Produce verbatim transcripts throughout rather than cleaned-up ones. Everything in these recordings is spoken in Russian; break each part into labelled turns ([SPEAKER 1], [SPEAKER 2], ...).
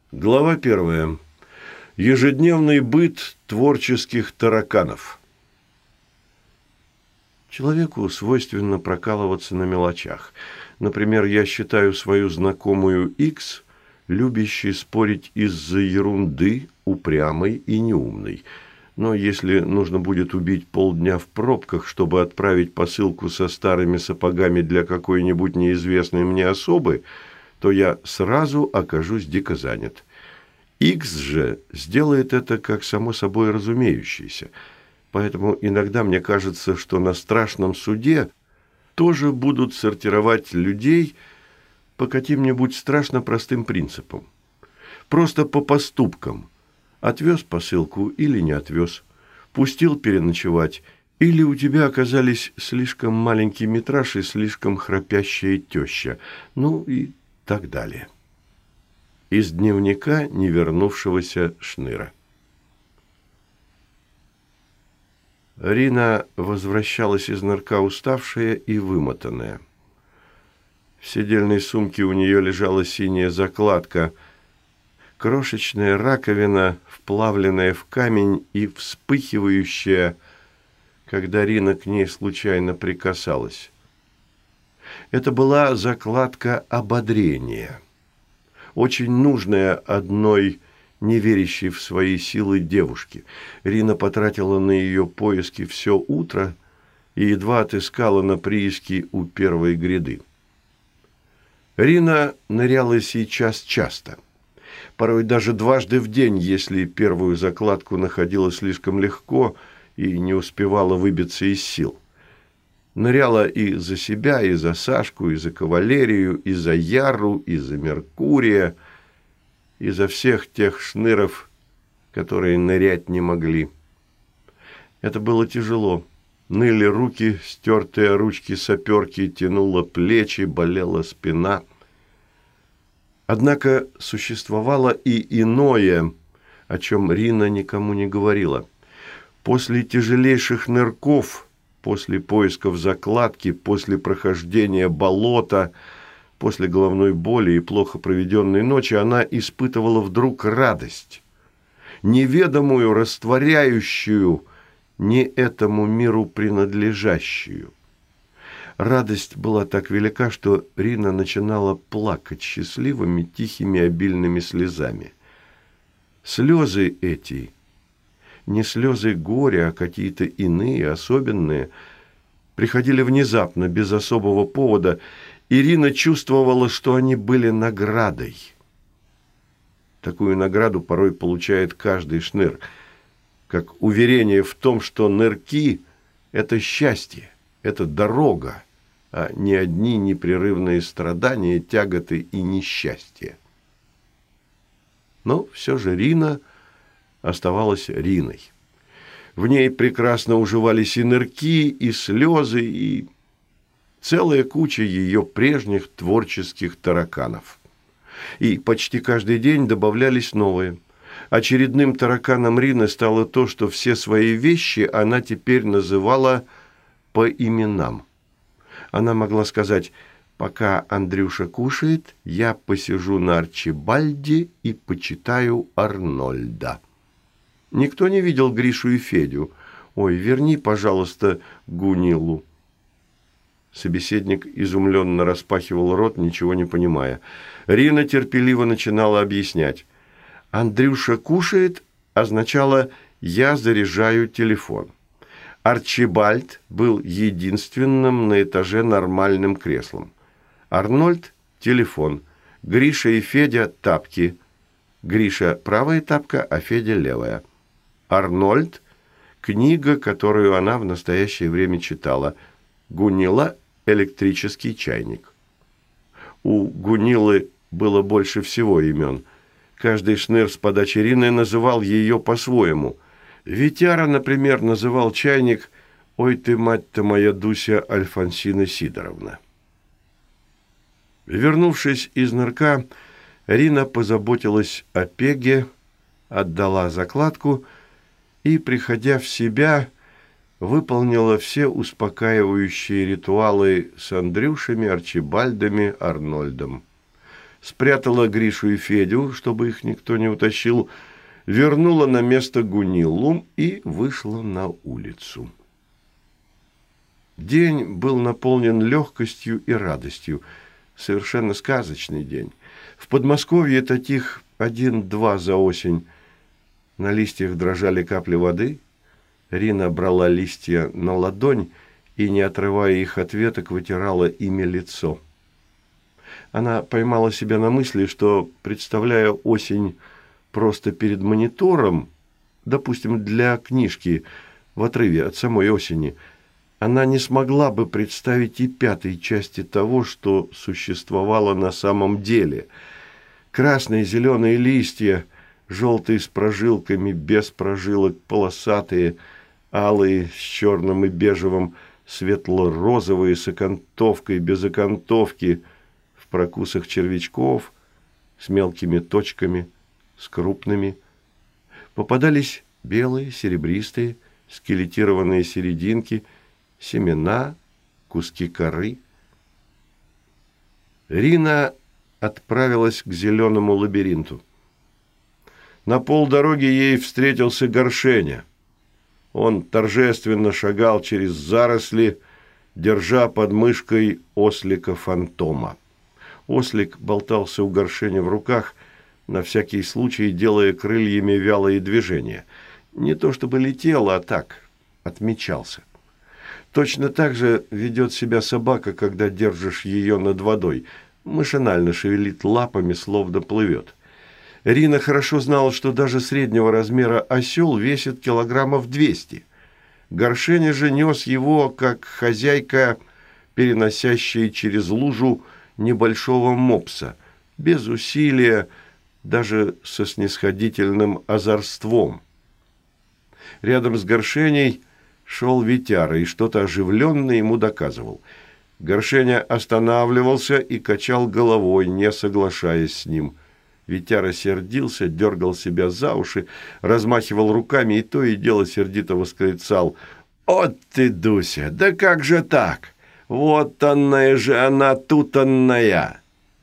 [SPEAKER 1] Глава первая. Ежедневный быт творческих тараканов. Человеку свойственно прокалываться на мелочах. Например, я считаю свою знакомую Икс, любящей спорить из-за ерунды, упрямой и неумной. Но если нужно будет убить полдня в пробках, чтобы отправить посылку со старыми сапогами для какой-нибудь неизвестной мне особы, то я сразу окажусь дико занят. Икс же сделает это как само собой разумеющееся. Поэтому иногда мне кажется, что на страшном суде тоже будут сортировать людей по каким-нибудь страшно простым принципам. Просто по поступкам. Отвез посылку или не отвез. Пустил переночевать. Или у тебя оказались слишком маленький метраж и слишком храпящая теща. Ну и так далее. Из дневника невернувшегося Шныра. Рина возвращалась из нырка уставшая и вымотанная. В седельной сумке у нее лежала синяя закладка, крошечная раковина, вплавленная в камень и вспыхивающая, когда Рина к ней случайно прикасалась. Это была закладка ободрения, очень нужная одной не верящей в свои силы девушке. Рина потратила на ее поиски все утро и едва отыскала на прииске у первой гряды. Рина ныряла сейчас часто, порой даже дважды в день, если первую закладку находила слишком легко и не успевала выбиться из сил. Ныряла и за себя, и за Сашку, и за кавалерию, и за Яру, и за Меркурия, и за всех тех шныров, которые нырять не могли. Это было тяжело. Ныли руки, стертые ручки саперки, тянуло плечи, болела спина. Однако существовало и иное, о чем Рина никому не говорила. После тяжелейших нырков, после поисков закладки, после прохождения болота, после головной боли и плохо проведенной ночи она испытывала вдруг радость, неведомую, растворяющую, не этому миру принадлежащую. Радость была так велика, что Рина начинала плакать счастливыми, тихими, обильными слезами. Слезы эти, не слезы горя, а какие-то иные, особенные, приходили внезапно, без особого повода. Ирина чувствовала, что они были наградой. Такую награду порой получает каждый шныр, как уверение в том, что нырки – это счастье, это дорога, а не одни непрерывные страдания, тяготы и несчастья. Но все же Рина оставалась Риной. В ней прекрасно уживались и нырки, и слезы, и целая куча ее прежних творческих тараканов. И почти каждый день добавлялись новые. Очередным тараканом Рины стало то, что все свои вещи она теперь называла по именам. Она могла сказать: «Пока Андрюша кушает, я посижу на Арчибальде и почитаю Арнольда». Никто не видел Гришу и Федю. «Ой, верни, пожалуйста, Гунилу». Собеседник изумленно распахивал рот, ничего не понимая. Рина терпеливо начинала объяснять. «Андрюша кушает» означало «я заряжаю телефон». Арчибальд был единственным на этаже нормальным креслом. Арнольд – телефон. Гриша и Федя – тапки. Гриша – правая тапка, а Федя – левая. Арнольд – книга, которую она в настоящее время читала. Гунила – электрический чайник. У Гунилы было больше всего имен. Каждый шныр с подачи Рины называл ее по-своему. Витяра, например, называл чайник «Ой ты, мать-то моя, Дуся Альфонсина Сидоровна». Вернувшись из нырка, Рина позаботилась о Пеге, отдала закладку и, приходя в себя, выполнила все успокаивающие ритуалы с Андрюшами, Арчибальдами, Арнольдом. спрятала Гришу и Федю, чтобы их никто не утащил, вернула на место Гуниллу и вышла на улицу. День был наполнен легкостью и радостью. Совершенно сказочный день. В Подмосковье таких один-два за осень. На листьях дрожали капли воды. Рина брала листья на ладонь и, не отрывая их от веток, вытирала ими лицо. Она поймала себя на мысли, что, представляя осень просто перед монитором, допустим, для книжки в отрыве от самой осени, она не смогла бы представить и пятой части того, что существовало на самом деле. Красные, зеленые листья, желтые с прожилками, без прожилок, полосатые, алые с черным и бежевым, светло-розовые с окантовкой, без окантовки, в прокусах червячков, с мелкими точками, с крупными. Попадались белые, серебристые, скелетированные серединки, семена, куски коры. Рина отправилась к зеленому лабиринту. На полдороги ей встретился Горшеня. Он торжественно шагал через заросли, держа под мышкой ослика-фантома. Ослик болтался у Горшеня в руках, на всякий случай делая крыльями вялые движения. Не то чтобы летел, а так, отмечался. Точно так же ведет себя собака, когда держишь ее над водой. Машинально шевелит лапами, словно плывет. Рина хорошо знала, что даже среднего размера осел весит килограммов двести. Горшеня же нес его, как хозяйка, переносящая через лужу небольшого мопса, без усилия, даже со снисходительным озорством. Рядом с Горшеней шел Витяра и что-то оживленно ему доказывал. Горшеня останавливался и качал головой, не соглашаясь с ним. Витяра сердился, дергал себя за уши, размахивал руками и то и дело сердито восклицал: «От ты, Дуся, да как же так? Вот анная же она, тут анная!»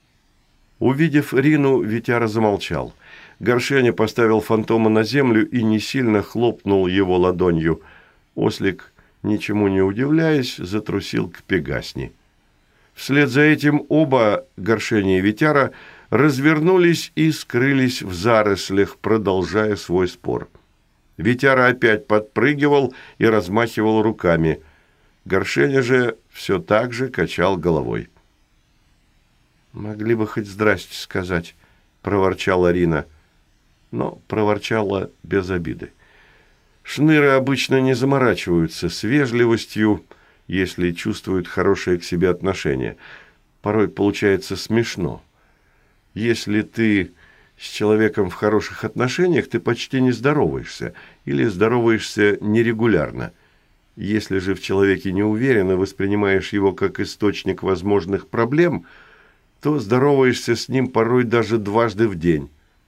[SPEAKER 1] Увидев Рину, Витяра замолчал. Горшеня поставил фантома на землю и не сильно хлопнул его ладонью. Ослик, ничему не удивляясь, затрусил к Пегасни. Вслед за этим оба, Горшеня и Витяра, развернулись и скрылись в зарослях, продолжая свой спор. Витяра опять подпрыгивал и размахивал руками. Горшеня же все так же качал головой. «Могли бы хоть здрасте сказать», – проворчала Рина, но проворчала без обиды. Шныры обычно не заморачиваются с вежливостью, если чувствуют хорошее к себе отношение. Порой получается смешно. Если ты с человеком в хороших отношениях, ты почти не здороваешься или здороваешься нерегулярно. Если же в человеке не уверен и воспринимаешь его как источник возможных проблем, то здороваешься с ним порой даже дважды в день.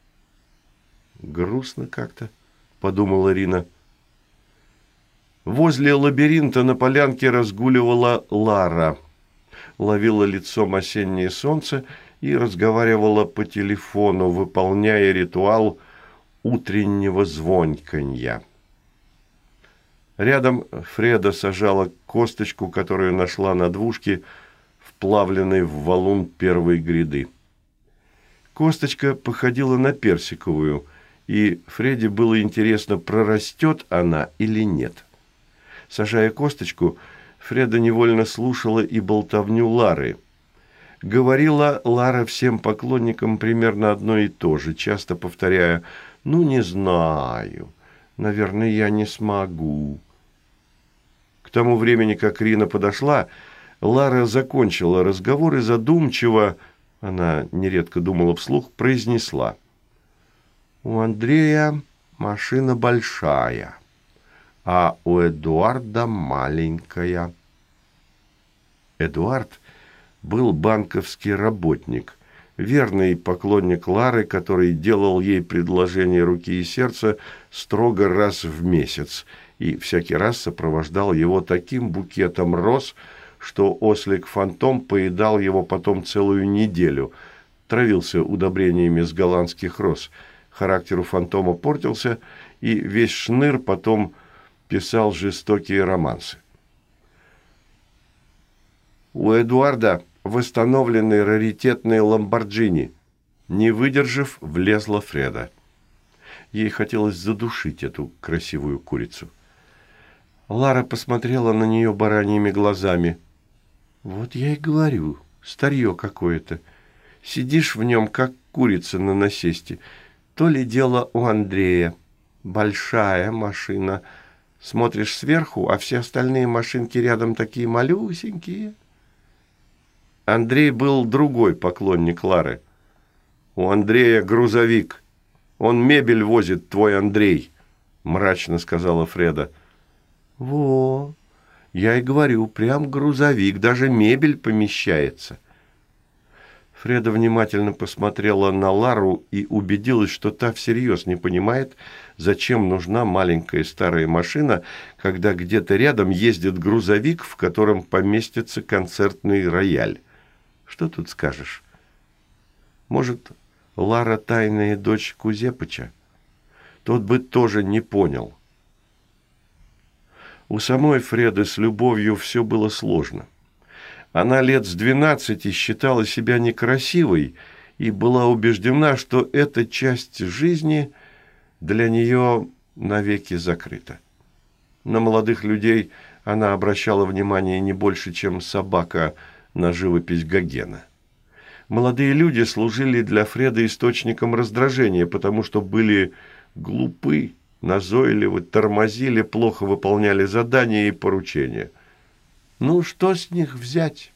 [SPEAKER 1] «Грустно как-то», – подумала Рина. Возле лабиринта на полянке разгуливала Лара, ловила лицом осеннее солнце и разговаривала по телефону, выполняя ритуал утреннего звонканья. Рядом Фреда сажала косточку, которую нашла на двушке, вплавленной в валун первой гряды. Косточка походила на персиковую, и Фреде было интересно, прорастет она или нет. Сажая косточку, Фреда невольно слушала и болтовню Лары. Говорила Лара всем поклонникам примерно одно и то же, часто повторяя: «Ну, не знаю, наверное, я не смогу». К тому времени, как Рина подошла, Лара закончила разговор и задумчиво, она нередко думала вслух, произнесла: «У Андрея машина большая, а у Эдуарда маленькая». Эдуард был банковский работник, верный поклонник Лары, который делал ей предложение руки и сердца строго раз в месяц и всякий раз сопровождал его таким букетом роз, что ослик-фантом поедал его потом целую неделю. травился удобрениями с голландских роз. Характер у фантома портился, и весь Шныр потом писал жестокие романсы. У Эдуарда восстановленный раритетный ламборджини. Не выдержав, влезла Фреда. Ей хотелось задушить эту красивую курицу. Лара посмотрела на нее бараньими глазами. «Вот я и говорю, старье какое-то. Сидишь в нем, как курица на насесте. То ли дело у Андрея. Большая машина. Смотришь сверху, а все остальные машинки рядом такие малюсенькие». Андрей был другой поклонник Лары. «У Андрея грузовик. Он мебель возит, твой Андрей», – мрачно сказала Фреда. «Во, я и говорю, прям грузовик, даже мебель помещается». Фреда внимательно посмотрела на Лару и убедилась, что та всерьез не понимает, зачем нужна маленькая старая машина, когда где-то рядом ездит грузовик, в котором поместится концертный рояль. Что тут скажешь? Может, Лара тайная дочь Кузепыча? Тот бы тоже не понял. У самой Фреды с любовью все было сложно. Она лет с двенадцати считала себя некрасивой и была убеждена, что эта часть жизни для нее навеки закрыта. На молодых людей она обращала внимание не больше, чем собака на живопись Гогена. Молодые люди служили для Фреды источником раздражения, потому что были глупы, назойливы, тормозили, плохо выполняли задания и поручения. «Ну, что с них взять?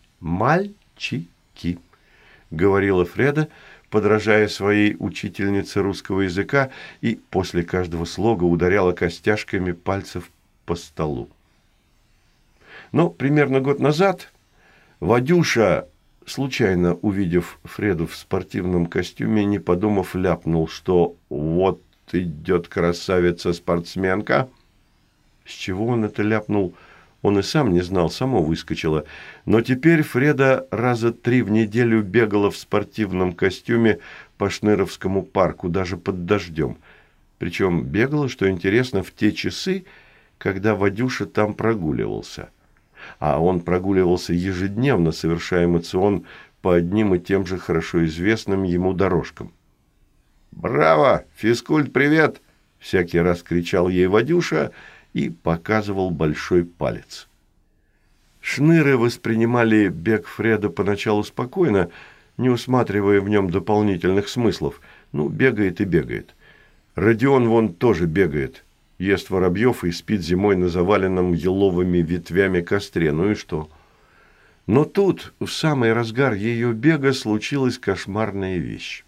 [SPEAKER 1] Мальчики», — говорила Фреда, подражая своей учительнице русского языка, и после каждого слога ударяла костяшками пальцев по столу. Но примерно год назад Вадюша, случайно увидев Фреду в спортивном костюме, не подумав, ляпнул, что «вот идет красавица-спортсменка». С чего он это ляпнул, он и сам не знал, само выскочило. Но теперь Фреда раза три в неделю бегала в спортивном костюме по Шныровскому парку, даже под дождем. Причем бегала, что интересно, в те часы, когда Вадюша там прогуливался. А он прогуливался ежедневно, совершая эмоцион по одним и тем же хорошо известным ему дорожкам. «Браво! Физкульт, привет!» – всякий раз кричал ей Вадюша и показывал большой палец. Шныры воспринимали бег Фреда поначалу спокойно, не усматривая в нем дополнительных смыслов. Ну, бегает и бегает. Родион вон тоже бегает. Ест воробьев и спит зимой на заваленном еловыми ветвями костре. Ну и что? Но тут, в самый разгар ее бега, случилась кошмарная вещь.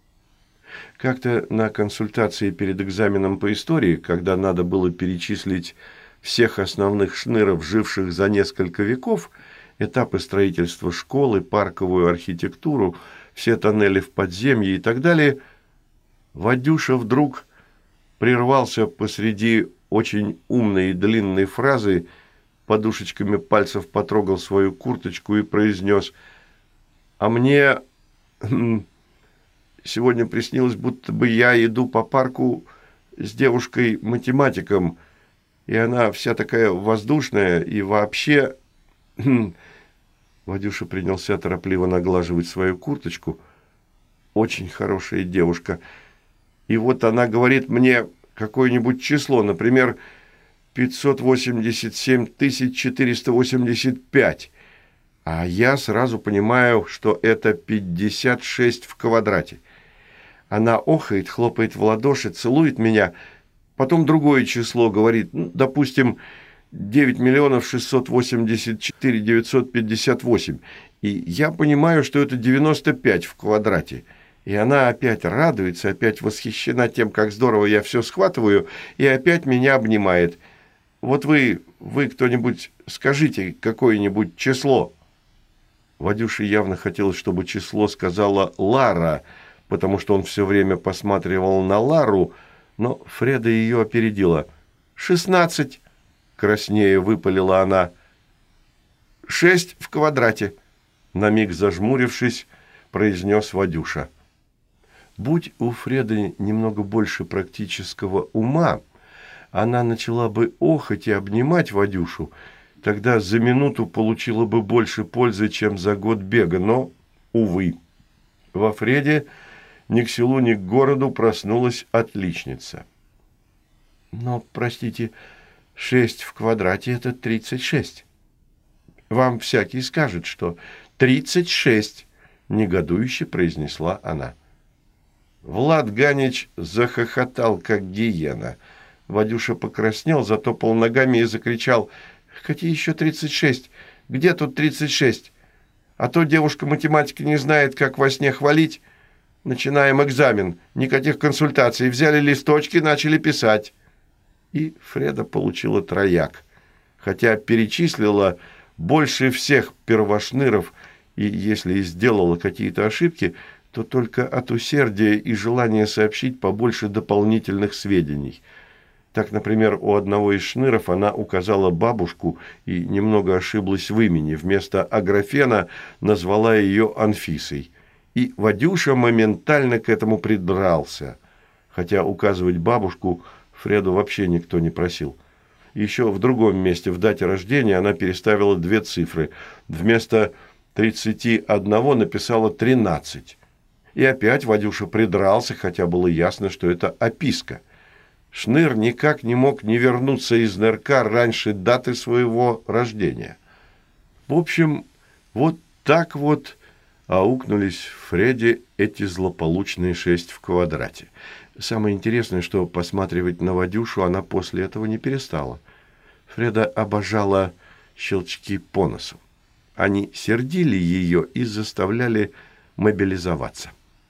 [SPEAKER 1] Как-то на консультации перед экзаменом по истории, когда надо было перечислить всех основных шныров, живших за несколько веков, этапы строительства школы, парковую архитектуру, все тоннели в подземье и так далее, Вадюша вдруг прервался посреди очень умной и длинной фразы, подушечками пальцев потрогал свою курточку и произнес: «А мне сегодня приснилось, будто бы я иду по парку с девушкой-математиком, и она вся такая воздушная, и вообще...» Вадюша принялся торопливо наглаживать свою курточку. «Очень хорошая девушка. И вот она говорит мне какое-нибудь число, например, пятьсот восемьдесят семь тысяч четыреста восемьдесят пять. А я сразу понимаю, что это пятьдесят шесть в квадрате. Она охает, хлопает в ладоши, целует меня, потом другое число говорит, ну, допустим, девять миллионов шестьсот восемьдесят четыре тысячи девятьсот пятьдесят восемь. И я понимаю, что это девяносто пять в квадрате. И она опять радуется, опять восхищена тем, как здорово я все схватываю, и опять меня обнимает. Вот вы, вы кто-нибудь скажите какое-нибудь число». Вадюше явно хотелось, чтобы число сказала Лара, потому что он все время посматривал на Лару, но Фреда ее опередила. «Шестнадцать», — краснее выпалила она. «Шесть в квадрате». На миг зажмурившись, произнес Вадюша. Будь у Фреды немного больше практического ума, она начала бы охать и обнимать Вадюшу, тогда за минуту получила бы больше пользы, чем за год бега, но, увы, во Фреде ни к селу, ни к городу проснулась отличница. Но, простите, шесть в квадрате – это тридцать шесть. Вам всякий скажет, что тридцать шесть, негодующе произнесла она. Влад Ганич захохотал, как гиена. Вадюша покраснел, затопал ногами и закричал: «Какие еще тридцать шесть? Где тут тридцать шесть? А то девушка математики не знает, как во сне хвалить. Начинаем экзамен. Никаких консультаций. Взяли листочки, начали писать». И Фреда получила трояк, хотя перечислила больше всех первошныров, и если и сделала какие-то ошибки, то только от усердия и желания сообщить побольше дополнительных сведений. Так, например, у одного из шныров она указала бабушку и немного ошиблась в имени. Вместо Аграфена назвала ее Анфисой. И Вадюша моментально к этому придрался, хотя указывать бабушку Фреду вообще никто не просил. Еще в другом месте в дате рождения она переставила две цифры. Вместо тридцати одного написала тринадцать. И опять Вадюша придрался, хотя было ясно, что это описка. Шныр никак не мог не вернуться из нырка раньше даты своего рождения. В общем, вот так вот аукнулись Фреде эти злополучные шесть в квадрате. Самое интересное, что посматривать на Вадюшу она после этого не перестала. Фреда обожала щелчки по носу. Они сердили ее и заставляли мобилизоваться.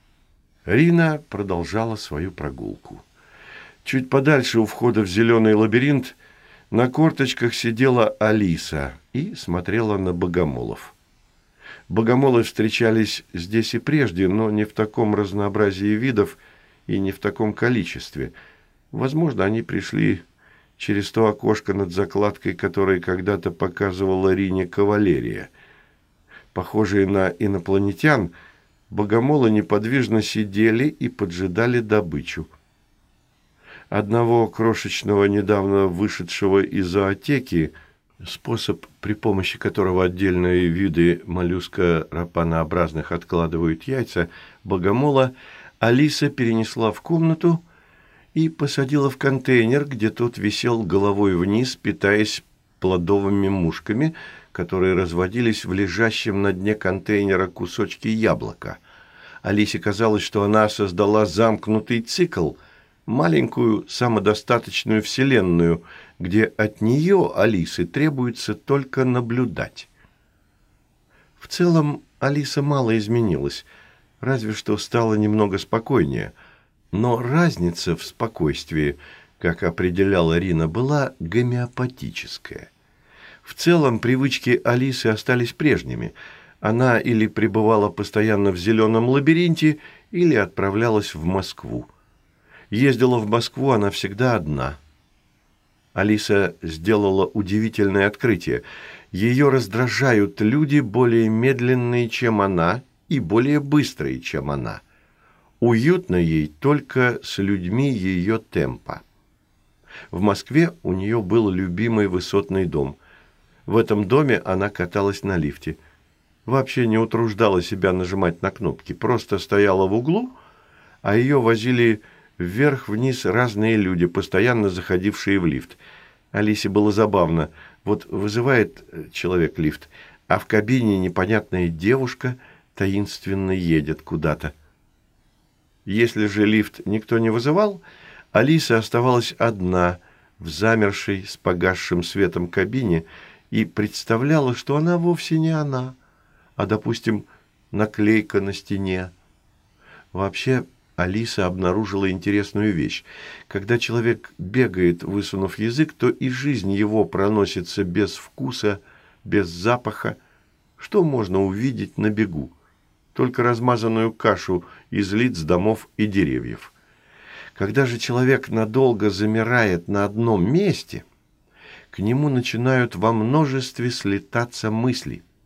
[SPEAKER 1] Рина продолжала свою прогулку. Чуть подальше у входа в зеленый лабиринт на корточках сидела Алиса и смотрела на богомолов. Богомолы встречались здесь и прежде, но не в таком разнообразии видов и не в таком количестве. Возможно, они пришли через то окошко над закладкой, которое когда-то показывала Рине кавалерия. Похожие на инопланетян, богомолы неподвижно сидели и поджидали добычу. Одного крошечного, недавно вышедшего из зоотеки, способ, при помощи которого отдельные виды моллюска-рапанообразных откладывают яйца, богомола, Алиса перенесла в комнату и посадила в контейнер, где тот висел головой вниз, питаясь плодовыми мушками, которые разводились в лежащем на дне контейнера кусочке яблока. Алисе казалось, что она создала замкнутый цикл, маленькую самодостаточную вселенную, где от нее, Алисы, требуется только наблюдать. В целом Алиса мало изменилась, разве что стала немного спокойнее, но разница в спокойствии, как определяла Рина, была гомеопатическая. В целом привычки Алисы остались прежними. Она или пребывала постоянно в зеленом лабиринте, или отправлялась в Москву. Ездила в Москву она всегда одна. Алиса сделала удивительное открытие. Ее раздражают люди более медленные, чем она, и более быстрые, чем она. Уютно ей только с людьми ее темпа. В Москве у нее был любимый высотный дом. В этом доме она каталась на лифте. Вообще не утруждала себя нажимать на кнопки, просто стояла в углу, а ее возили вверх-вниз разные люди, постоянно заходившие в лифт. Алисе было забавно. Вот вызывает человек лифт, а в кабине непонятная девушка таинственно едет куда-то. Если же лифт никто не вызывал, Алиса оставалась одна в замершей с погасшим светом кабине и представляла, что она вовсе не она, а, допустим, наклейка на стене. Вообще, Алиса обнаружила интересную вещь. Когда человек бегает, высунув язык, то и жизнь его проносится без вкуса, без запаха. Что можно увидеть на бегу? Только размазанную кашу из лиц, домов и деревьев. Когда же человек надолго замирает на одном месте, к нему начинают во множестве слетаться мысли.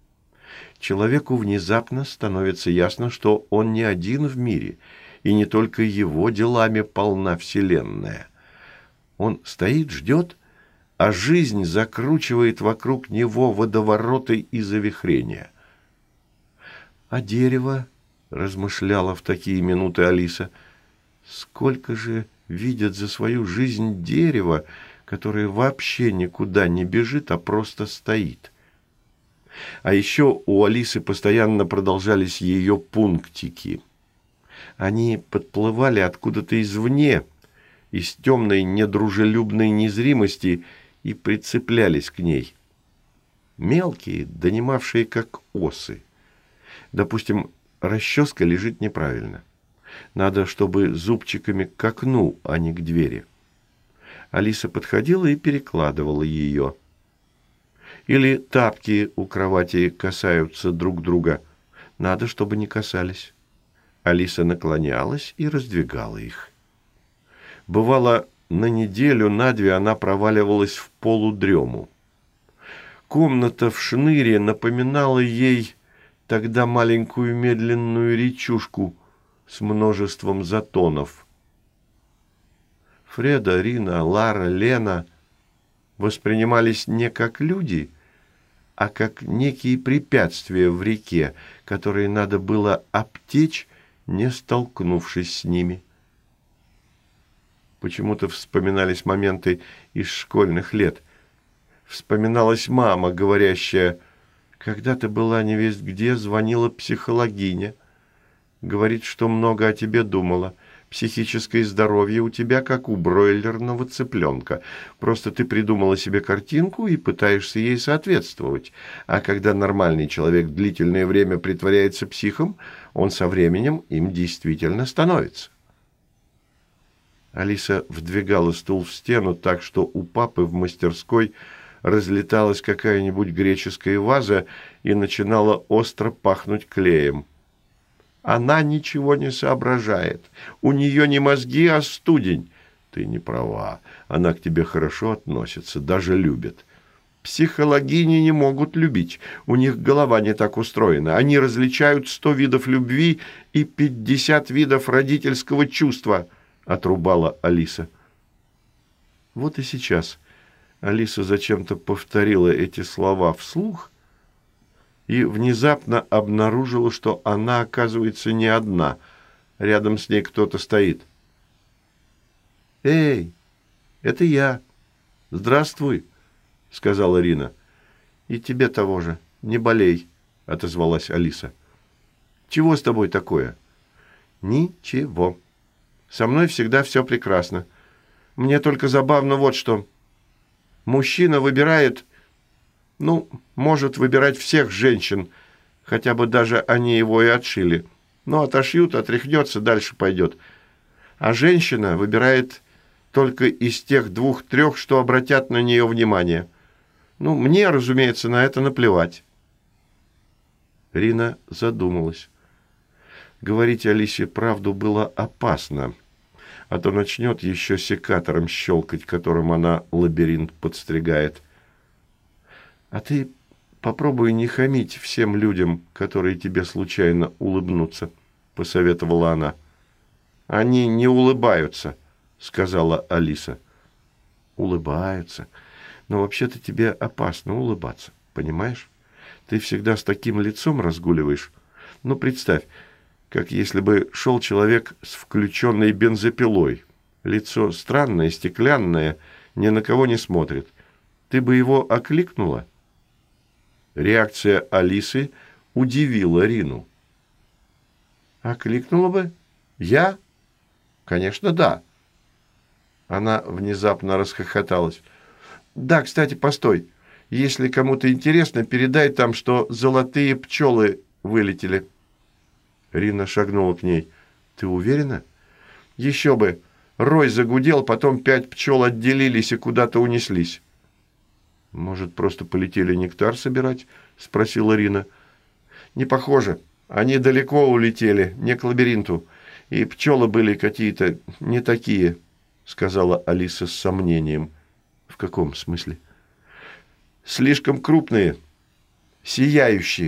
[SPEAKER 1] Человеку внезапно становится ясно, что он не один в мире, и не только его делами полна Вселенная. Он стоит, ждет, а жизнь закручивает вокруг него водовороты и завихрения. А дерево, размышляла в такие минуты Алиса, сколько же видят за свою жизнь дерево, которое вообще никуда не бежит, а просто стоит. А еще у Алисы постоянно продолжались ее пунктики. Они подплывали откуда-то извне, из темной недружелюбной незримости, и прицеплялись к ней. Мелкие, донимавшие как осы. Допустим, расческа лежит неправильно. Надо, чтобы зубчиками к окну, а не к двери. Алиса подходила и перекладывала ее. Или тапки у кровати касаются друг друга. Надо, чтобы не касались. Алиса наклонялась и раздвигала их. Бывало, на неделю, на две она проваливалась в полудрему. Комната в шныре напоминала ей тогда маленькую медленную речушку с множеством затонов. Фреда, Рина, Лара, Лена воспринимались не как люди, а как некие препятствия в реке, которые надо было обтечь, не столкнувшись с ними. Почему-то вспоминались моменты из школьных лет. Вспоминалась мама, говорящая: «Когда ты была невесть где, звонила психологиня. Говорит, что много о тебе думала. Психическое здоровье у тебя, как у бройлерного цыпленка. Просто ты придумала себе картинку и пытаешься ей соответствовать. А когда нормальный человек длительное время притворяется психом, он со временем им действительно становится». Алиса вдвигала стул в стену так, что у папы в мастерской разлеталась какая-нибудь греческая ваза и начинала остро пахнуть клеем. «Она ничего не соображает. У нее не мозги, а студень». «Ты не права. Она к тебе хорошо относится, даже любит». «Психологини не могут любить. У них голова не так устроена. Они различают сто видов любви и пятьдесят видов родительского чувства», – отрубала Алиса. Вот и сейчас Алиса зачем-то повторила эти слова вслух и внезапно обнаружила, что она, оказывается, не одна. Рядом с ней кто-то стоит. «Эй, это я. Здравствуй», — сказала Рина. «И тебе того же. Не болей», — отозвалась Алиса. «Чего с тобой такое?» «Ничего. Со мной всегда все прекрасно. Мне только забавно вот что. Мужчина выбирает, ну, может выбирать всех женщин, хотя бы даже они его и отшили. Но отошьют, отряхнется, дальше пойдет. А женщина выбирает только из тех двух-трех, что обратят на нее внимание. Ну, мне, разумеется, на это наплевать». Рина задумалась. Говорить Алисе правду было опасно, а то начнет еще секатором щелкать, которым она лабиринт подстригает. «А ты попробуй не хамить всем людям, которые тебе случайно улыбнутся», — посоветовала она. «Они не улыбаются», — сказала Алиса. «Улыбаются. Но вообще-то тебе опасно улыбаться, понимаешь? Ты всегда с таким лицом разгуливаешь. Ну, представь, как если бы шел человек с включенной бензопилой. Лицо странное, стеклянное, ни на кого не смотрит. Ты бы его окликнула?» Реакция Алисы удивила Рину. «Окликнула бы? Я? Конечно, да». Она внезапно расхохоталась. «Да, кстати, постой. Если кому-то интересно, передай там, что золотые пчелы вылетели». Рина шагнула к ней. «Ты уверена?» «Еще бы. Рой загудел, потом пять пчел отделились и куда-то унеслись». «Может, просто полетели нектар собирать?» – спросила Рина. «Не похоже. Они далеко улетели, не к лабиринту. И пчелы были какие-то не такие», – сказала Алиса с сомнением. «В каком смысле?» «Слишком крупные, сияющие,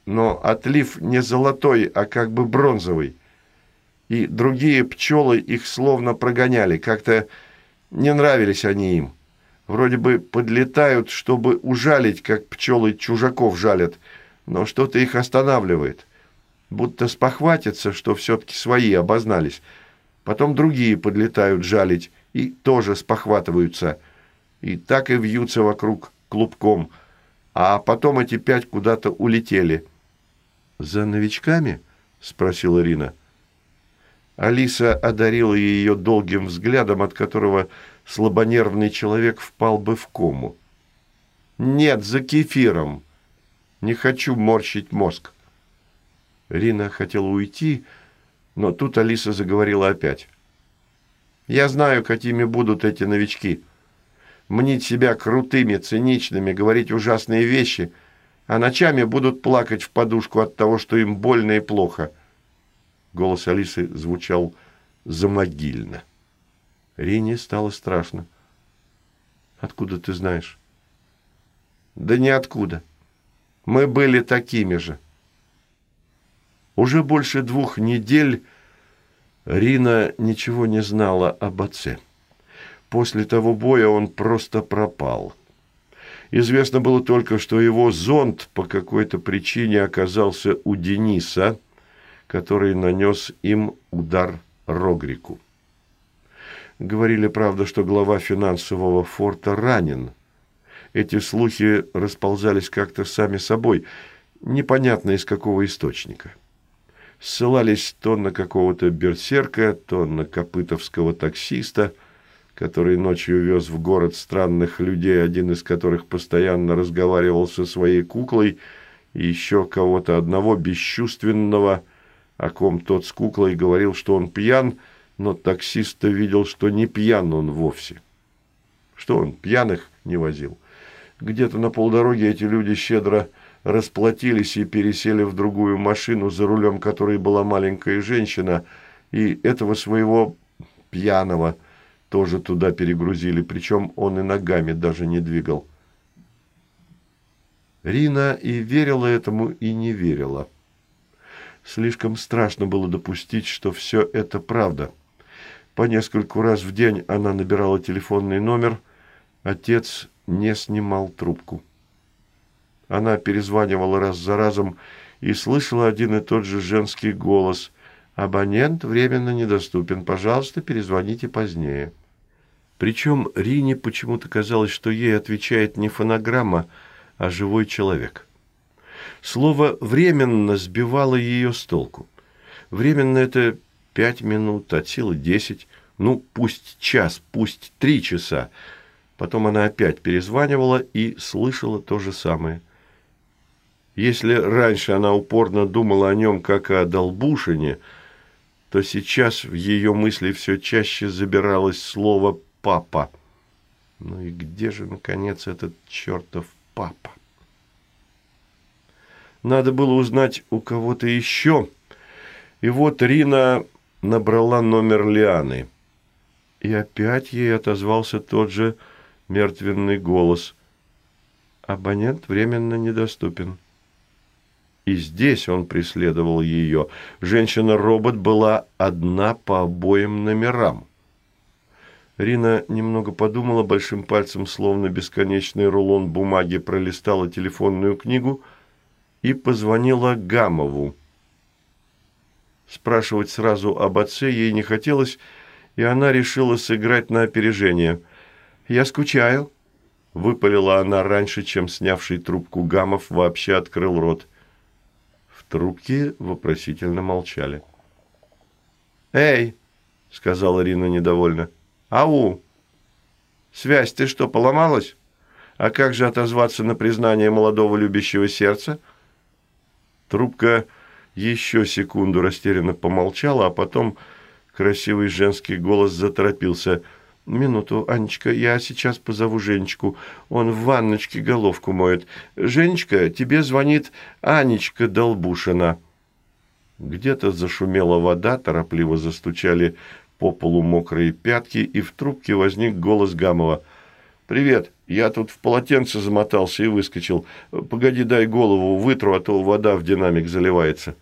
[SPEAKER 1] но отлив не золотой, а как бы бронзовый. И другие пчелы их словно прогоняли, как-то не нравились они им. Вроде бы подлетают, чтобы ужалить, как пчелы чужаков жалят, но что-то их останавливает. Будто спохватятся, что все-таки свои обознались. Потом другие подлетают жалить и тоже спохватываются. И так и вьются вокруг клубком. А потом эти пять куда-то улетели. «За новичками?» – спросила Рина. Алиса одарила ее долгим взглядом, от которого слабонервный человек впал бы в кому. «Нет, за кефиром. Не хочу морщить мозг». Рина хотела уйти, но тут Алиса заговорила опять. «Я знаю, какими будут эти новички. Мнить себя крутыми, циничными, говорить ужасные вещи, а ночами будут плакать в подушку от того, что им больно и плохо». Голос Алисы звучал замогильно. Рине стало страшно. «Откуда ты знаешь?» «Да ниоткуда. Мы были такими же». Уже больше двух недель Рина ничего не знала об отце. После того боя он просто пропал. Известно было только, что его зонд по какой-то причине оказался у Дениса, который нанес им удар Рогрику. Говорили, правда, что глава финансового форта ранен. Эти слухи расползались как-то сами собой, непонятно из какого источника. Ссылались то на какого-то берсерка, то на копытовского таксиста, который ночью вез в город странных людей, один из которых постоянно разговаривал со своей куклой, и еще кого-то одного бесчувственного, о ком тот с куклой говорил, что он пьян, но таксист-то видел, что не пьян он вовсе. Что он, пьяных не возил? Где-то на полдороги эти люди щедро расплатились и пересели в другую машину, за рулем которой была маленькая женщина, и этого своего пьяного тоже туда перегрузили, причем он и ногами даже не двигал. Рина и верила этому, и не верила. Слишком страшно было допустить, что все это правда. По нескольку раз в день она набирала телефонный номер, отец не снимал трубку. Она перезванивала раз за разом и слышала один и тот же женский голос: «Абонент временно недоступен, пожалуйста, перезвоните позднее». Причем Рине почему-то казалось, что ей отвечает не фонограмма, а живой человек. Слово «временно» сбивало ее с толку. Временно – это пять минут, от силы десять, ну, пусть час, пусть три часа. Потом она опять перезванивала и слышала то же самое. Если раньше она упорно думала о нем как о Долбушине, то сейчас в ее мысли все чаще забиралось слово «папа». Ну и где же, наконец, этот чертов папа? Надо было узнать у кого-то еще. И вот Рина набрала номер Лианы. И опять ей отозвался тот же мертвенный голос: «Абонент временно недоступен». И здесь он преследовал ее. Женщина-робот была одна по обоим номерам. Рина немного подумала, большим пальцем, словно бесконечный рулон бумаги, пролистала телефонную книгу и позвонила Гамову. Спрашивать сразу об отце ей не хотелось, и она решила сыграть на опережение. «Я скучаю», — выпалила она раньше, чем снявший трубку Гамов вообще открыл рот. В трубке вопросительно молчали. «Эй!» — сказала Рина недовольно. «Ау! Связь, ты что, поломалась? А как же отозваться на признание молодого любящего сердца?» Трубка еще секунду растерянно помолчала, а потом красивый женский голос заторопился. «Минуту, Анечка, я сейчас позову Женечку. Он в ванночке головку моет. Женечка, тебе звонит Анечка Долбушина». Где-то зашумела вода, торопливо застучали по полу мокрые пятки, и в трубке возник голос Гамова. «Привет, Я тут в полотенце замотался и выскочил. Погоди, дай голову вытру, а то вода в динамик заливается».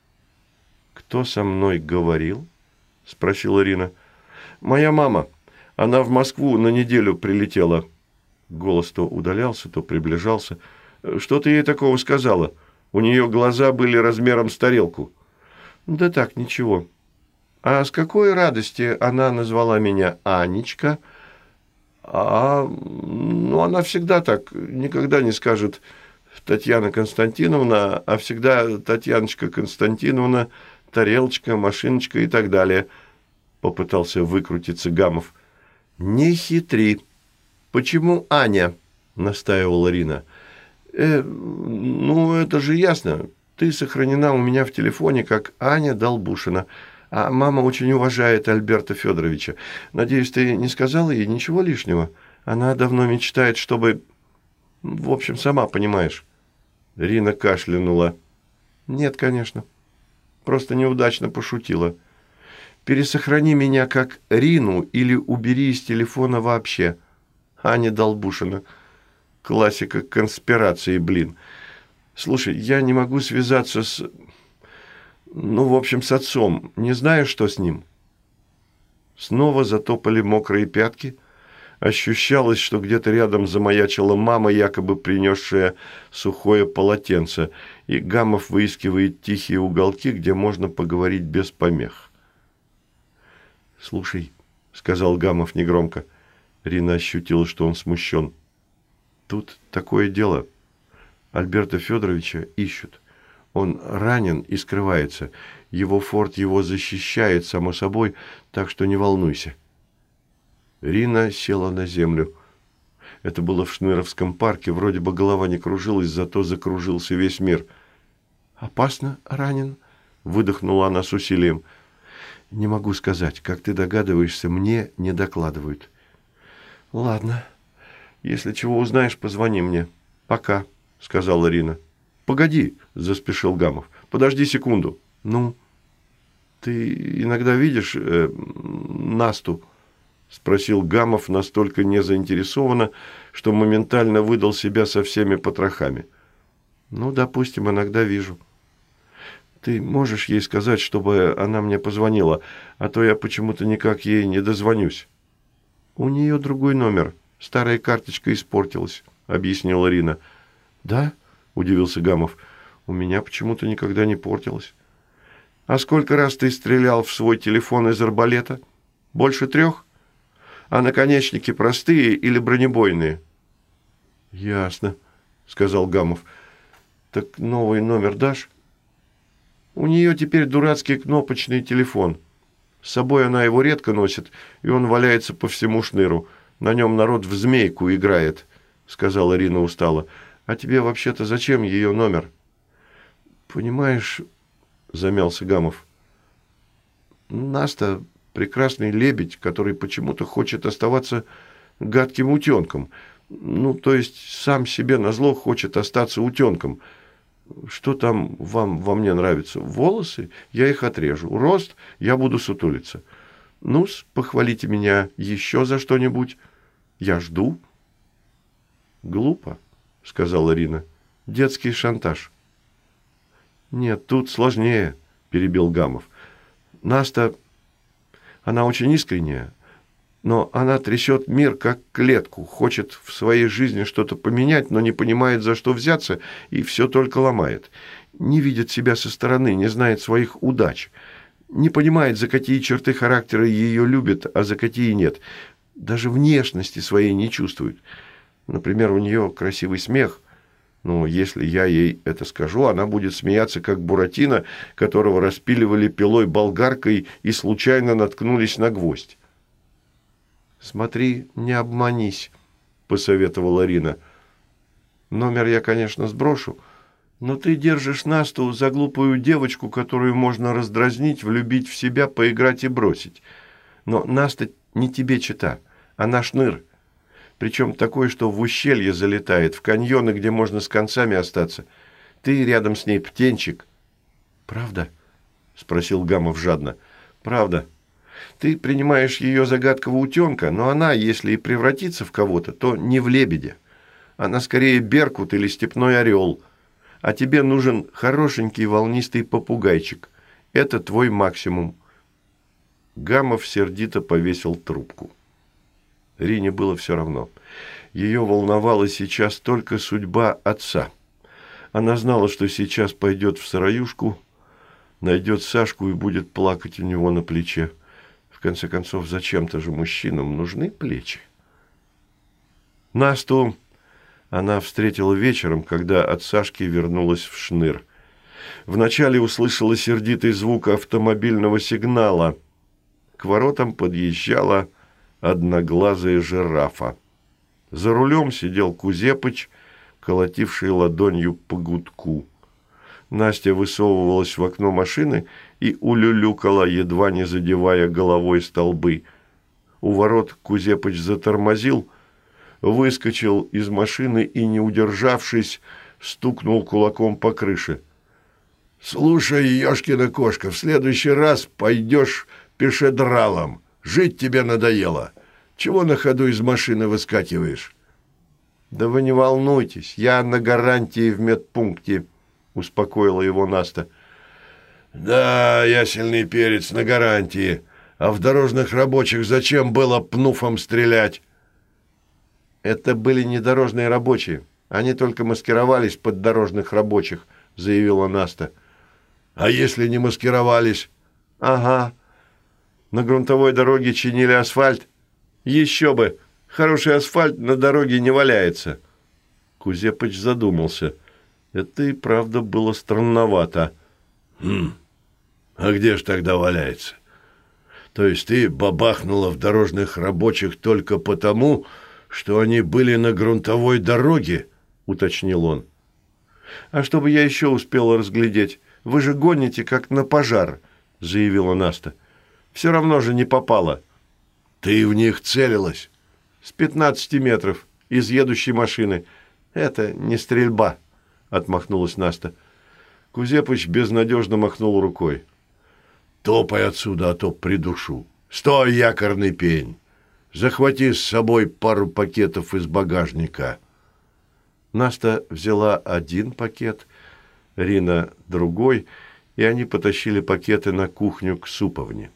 [SPEAKER 1] «Кто со мной говорил?» – спросила Рина. «Моя мама. Она в Москву на неделю прилетела». Голос то удалялся, то приближался. «Что ты ей такого сказала? У нее глаза были размером с тарелку». «Да так, ничего». «А с какой радости она назвала меня Анечка?» «А, ну, она всегда так, никогда не скажет Татьяна Константиновна, а всегда Татьяночка Константиновна, тарелочка, машиночка и так далее», – попытался выкрутиться Гамов. «Не хитри. Почему Аня?» – настаивала Рина. «Э, ну, это же ясно. Ты сохранена у меня в телефоне как Аня Долбушина. А мама очень уважает Альберта Федоровича. Надеюсь, ты не сказала ей ничего лишнего? Она давно мечтает, чтобы... В общем, сама понимаешь». Рина кашлянула. «Нет, конечно. Просто неудачно пошутила. Пересохрани меня как Рину или убери из телефона вообще. Аня Долбушина. Классика конспирации, блин. Слушай, я не могу связаться с... Ну, в общем, с отцом. Не знаю, что с ним». Снова затопали мокрые пятки. Ощущалось, что где-то рядом замаячила мама, якобы принесшая сухое полотенце, и Гамов выискивает тихие уголки, где можно поговорить без помех. «Слушай», — сказал Гамов негромко. Рина ощутила, что он смущен. «Тут такое дело. Альберта Федоровича ищут. Он ранен и скрывается. Его форт его защищает, само собой, так что не волнуйся». Рина села на землю. Это было в Шныровском парке. Вроде бы голова не кружилась, зато закружился весь мир. «Опасно ранен?» – выдохнула она с усилием. «Не могу сказать. Как ты догадываешься, мне не докладывают». «Ладно. Если чего узнаешь, позвони мне. Пока», – сказала Рина. «Погоди», – заспешил Гамов. «Подожди секунду». «Ну?» «Ты иногда видишь э, Насту?» – спросил Гамов настолько незаинтересованно, что моментально выдал себя со всеми потрохами. «Ну, допустим, иногда вижу». «Ты можешь ей сказать, чтобы она мне позвонила, а то я почему-то никак ей не дозвонюсь». «У нее другой номер. Старая карточка испортилась», – объяснила Рина. «Да?» – удивился Гамов. «У меня почему-то никогда не портилась». «А сколько раз ты стрелял в свой телефон из арбалета? Больше трех? А наконечники простые или бронебойные?» «Ясно», – сказал Гамов. «Так новый номер дашь?» «У нее теперь дурацкий кнопочный телефон. С собой она его редко носит, и он валяется по всему Шныру. На нем народ в змейку играет», – сказала Рина устало. «А тебе вообще-то зачем ее номер?» «Понимаешь», – замялся Гамов, – «Наста прекрасный лебедь, который почему-то хочет оставаться гадким утенком. Ну, то есть сам себе назло хочет остаться утенком. Что там вам во мне нравится? Волосы? Я их отрежу. Рост? Я буду сутулиться. Ну-с, похвалите меня еще за что-нибудь. Я жду». «Глупо», — сказала Рина. «Детский шантаж». «Нет, тут сложнее», — перебил Гамов. «Наста, она очень искренняя, но она трясет мир как клетку, хочет в своей жизни что-то поменять, но не понимает, за что взяться, и все только ломает. Не видит себя со стороны, не знает своих удач, не понимает, за какие черты характера ее любят, а за какие нет. Даже внешности своей не чувствует. Например, у нее красивый смех. Но если я ей это скажу, она будет смеяться, как Буратино, которого распиливали пилой болгаркой и случайно наткнулись на гвоздь. «Смотри, не обманись», – посоветовала Рина. «Номер я, конечно, сброшу, но ты держишь Насту за глупую девочку, которую можно раздразнить, влюбить в себя, поиграть и бросить. Но Наста не тебе чета, она Шныр. Причем такой, что в ущелье залетает, в каньоны, где можно с концами остаться. Ты рядом с ней птенчик». «Правда?» – спросил Гамов жадно. «Правда. Ты принимаешь ее за гадкого утенка, но она, если и превратится в кого-то, то не в лебедя. Она скорее беркут или степной орел. А тебе нужен хорошенький волнистый попугайчик. Это твой максимум». Гамов сердито повесил трубку. Рине было все равно. Ее волновала сейчас только судьба отца. Она знала, что сейчас пойдет в сыроюшку, найдет Сашку и будет плакать у него на плече. В конце концов, зачем-то же мужчинам нужны плечи. Насту она встретила вечером, когда от Сашки вернулась в Шныр. Вначале услышала сердитый звук автомобильного сигнала. К воротам подъезжала одноглазая жирафа. За рулем сидел Кузепыч, колотивший ладонью по гудку. Настя высовывалась в окно машины и улюлюкала, едва не задевая головой столбы. У ворот Кузепыч затормозил, выскочил из машины и, не удержавшись, стукнул кулаком по крыше. «Слушай, ешкина кошка, в следующий раз пойдешь пешедралом. Жить тебе надоело. Чего на ходу из машины выскакиваешь?» «Да вы не волнуйтесь, я на гарантии в медпункте», – успокоила его Наста. «Да, ясельный перец, на гарантии. А в дорожных рабочих зачем было пнуфом стрелять?» «Это были не дорожные рабочие. Они только маскировались под дорожных рабочих», – заявила Наста. «А если не маскировались?» «Ага. На грунтовой дороге чинили асфальт. Еще бы! Хороший асфальт на дороге не валяется». Кузепыч задумался. Это и правда было странновато. «Хм, а где ж тогда валяется? То есть ты бабахнула в дорожных рабочих только потому, что они были на грунтовой дороге?» – уточнил он. «А чтобы я еще успела разглядеть, вы же гоните, как на пожар», – заявила Наста. «Все равно же не попала». «Ты в них целилась?» «С пятнадцати метров, из едущей машины. Это не стрельба», – отмахнулась Наста. Кузепыч безнадежно махнул рукой. «Топай отсюда, а то придушу. Стой, якорный пень! Захвати с собой пару пакетов из багажника». Наста взяла один пакет, Рина другой, и они потащили пакеты на кухню к Суповне.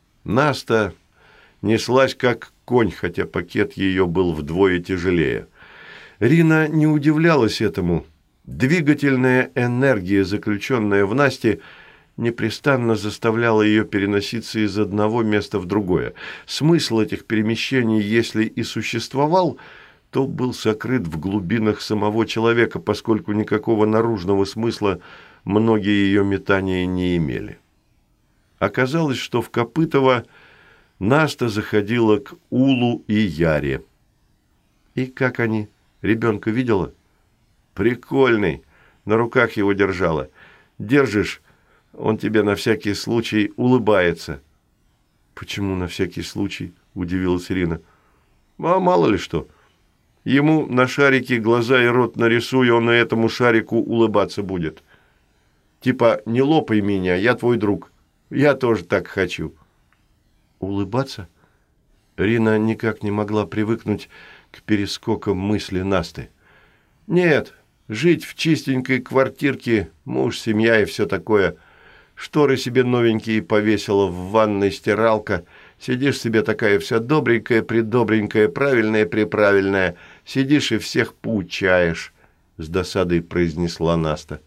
[SPEAKER 1] Наста неслась как конь, хотя пакет ее был вдвое тяжелее. Рина не удивлялась этому. Двигательная энергия, заключенная в Насте, непрестанно заставляла ее переноситься из одного места в другое. Смысл этих перемещений, если и существовал, то был сокрыт в глубинах самого человека, поскольку никакого наружного смысла многие ее метания не имели. Оказалось, что в Копытово Наста заходила к Улу и Яре. «И как они? Ребенка видела?» «Прикольный. На руках его держала. Держишь, он тебе на всякий случай улыбается». «Почему на всякий случай?» – удивилась Ирина. «А мало ли что. Ему на шарике глаза и рот нарисуй, он и этому шарику улыбаться будет. Типа, не лопай меня, я твой друг. Я тоже так хочу». «Улыбаться?» Рина никак не могла привыкнуть к перескокам мысли Насты. «Нет, жить в чистенькой квартирке, муж, семья и все такое. Шторы себе новенькие повесила, в ванной стиралка. Сидишь себе такая вся добренькая, придобренькая, правильная-преправильная. Сидишь и всех поучаешь», — с досадой произнесла Наста.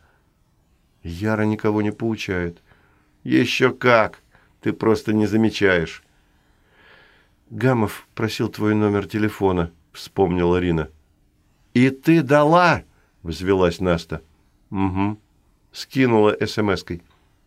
[SPEAKER 1] «Яра никого не поучает». «Еще как! Ты просто не замечаешь». «Гамов просил твой номер телефона», — вспомнила Рина. «И ты дала?» — взвелась Наста. «Угу». Скинула эс-эм-эской.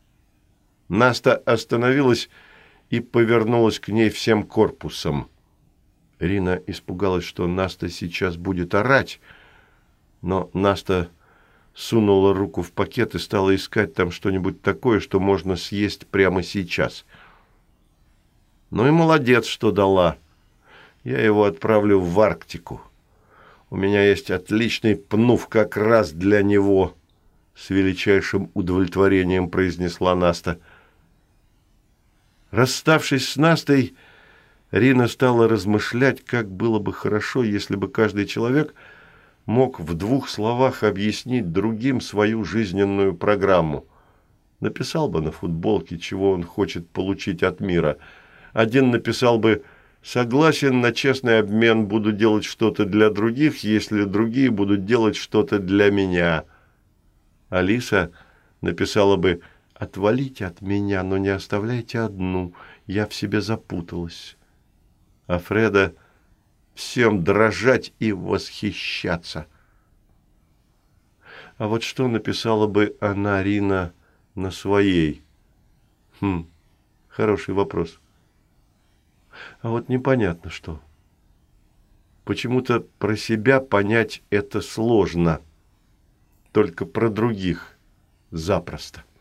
[SPEAKER 1] Наста остановилась и повернулась к ней всем корпусом. Рина испугалась, что Наста сейчас будет орать, но Наста сунула руку в пакет и стала искать там что-нибудь такое, что можно съесть прямо сейчас. «Ну и молодец, что дала. Я его отправлю в Арктику. У меня есть отличный пнув как раз для него», — с величайшим удовлетворением произнесла Наста. Расставшись с Настей, Рина стала размышлять, как было бы хорошо, если бы каждый человек мог в двух словах объяснить другим свою жизненную программу. Написал бы на футболке, чего он хочет получить от мира. Один написал бы: «Согласен на честный обмен, буду делать что-то для других, если другие будут делать что-то для меня». Алиса написала бы: «Отвалите от меня, но не оставляйте одну, я в себе запуталась». А Фреда: «Всем дрожать и восхищаться». А вот что написала бы она, Рина, на своей? Хм, хороший вопрос. А вот непонятно что. Почему-то про себя понять это сложно, только про других запросто.